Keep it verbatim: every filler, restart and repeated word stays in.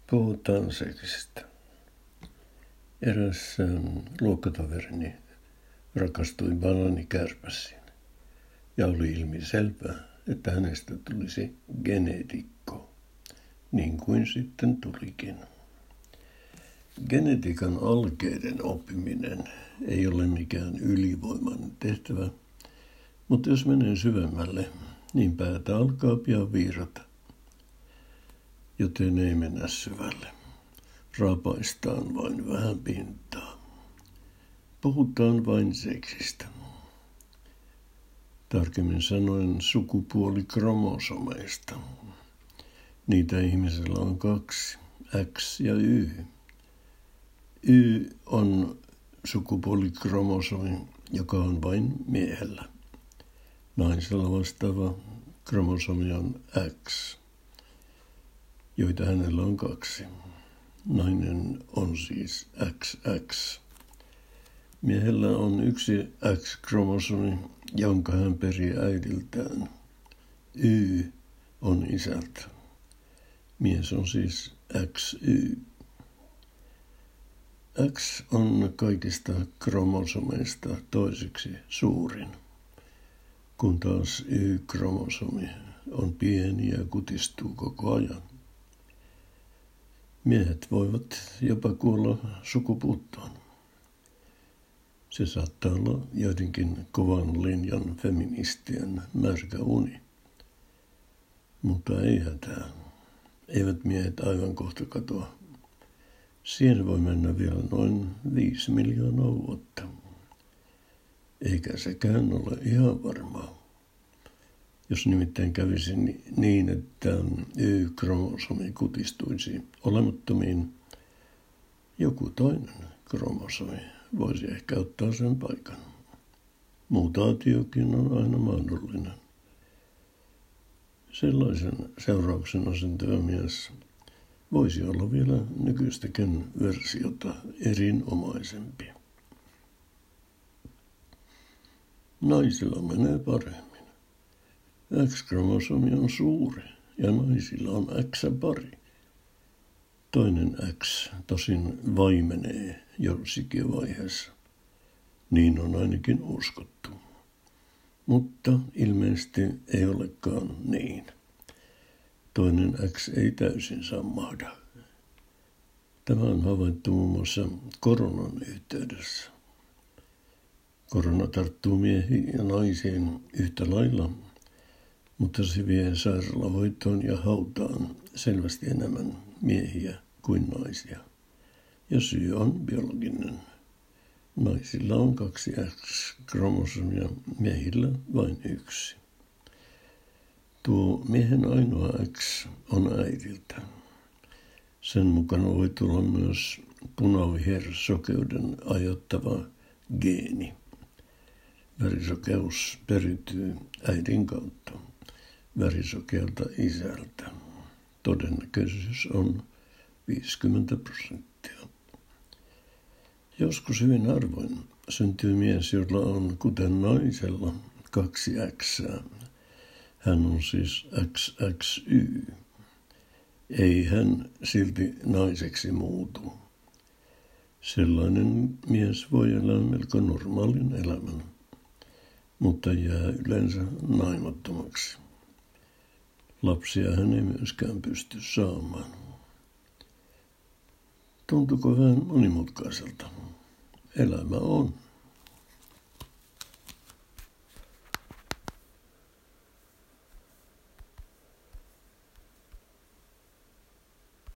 Puhutaan seksistä. Eräs luokkatoverini rakastui banaanikärpäsiin ja oli ilmiselvää, että hänestä tulisi geneetikko, niin kuin sitten tulikin. Genetiikan alkeiden oppiminen ei ole mikään ylivoimainen tehtävä, mutta jos menee syvemmälle, niin päätä alkaa pian viirata. Joten ei mennä syvälle. Rapaistaan vain vähän pintaa. Puhutaan vain seksistä. Tarkemmin sanoen sukupuolikromosomeista. Niitä ihmisellä on kaksi, X ja Y. Y on sukupuolikromosomi, joka on vain miehellä. Naisella vastaava kromosomi on X, joita hänellä on kaksi. Nainen on siis X X. Miehellä on yksi X-kromosomi, jonka hän perii äidiltään. Y on isältä. Mies on siis X Y. X on kaikista kromosomeista toiseksi suurin, kun taas Y-kromosomi on pieni ja kutistuu koko ajan. Miehet voivat jopa kuolla sukupuuttoon. Se saattaa olla joidenkin kovan linjan feministien märkä uni. Mutta ei hätää. Eivät miehet aivan kohta katoa. Siihen voi mennä vielä noin viisi miljoonaa vuotta. Eikä sekään ole ihan varmaa. Jos nimittäin kävisi niin, että Y-kromosomi kutistuisi olemattomiin, joku toinen kromosomi voisi ehkä ottaa sen paikan. Mutaatiokin on aina mahdollinen. Sellaisen seurauksena syntyvä mies voisi olla vielä nykyistäkin versiota erinomaisempi. Naisilla menee paremmin. X-kromosomi on suuri ja naisilla on X-pari. Toinen X tosin vaimenee jo sikiövaiheessa. Niin on ainakin uskottu. Mutta ilmeisesti ei olekaan niin. Toinen X ei täysin saa mahda. Tämä on havaittu muun muassa koronan yhteydessä. Korona tarttuu miehiin ja naisiin yhtä lailla, mutta se vie sairaalahoitoon ja hautaan selvästi enemmän miehiä kuin naisia. Ja syy on biologinen. Naisilla on kaksi X-kromosomia, miehillä vain yksi. Tuo miehen ainoa X on äidiltä. Sen mukana voi tulla myös punavihersokeuden aiheuttava geeni. Värisokeus periytyy äidin kautta, värisokealta isältä. Todennäköisyys on viisikymmentä prosenttia. Joskus hyvin harvoin syntyy mies, jolla on, kuten naisella, kaksi X:ää. Hän on siis X X Y. Ei hän silti naiseksi muutu. Sellainen mies voi elää melko normaalin elämän, mutta jää yleensä naimattomaksi. Lapsia hän ei myöskään pysty saamaan. Tuntuuko vähän monimutkaiselta? Elämä on.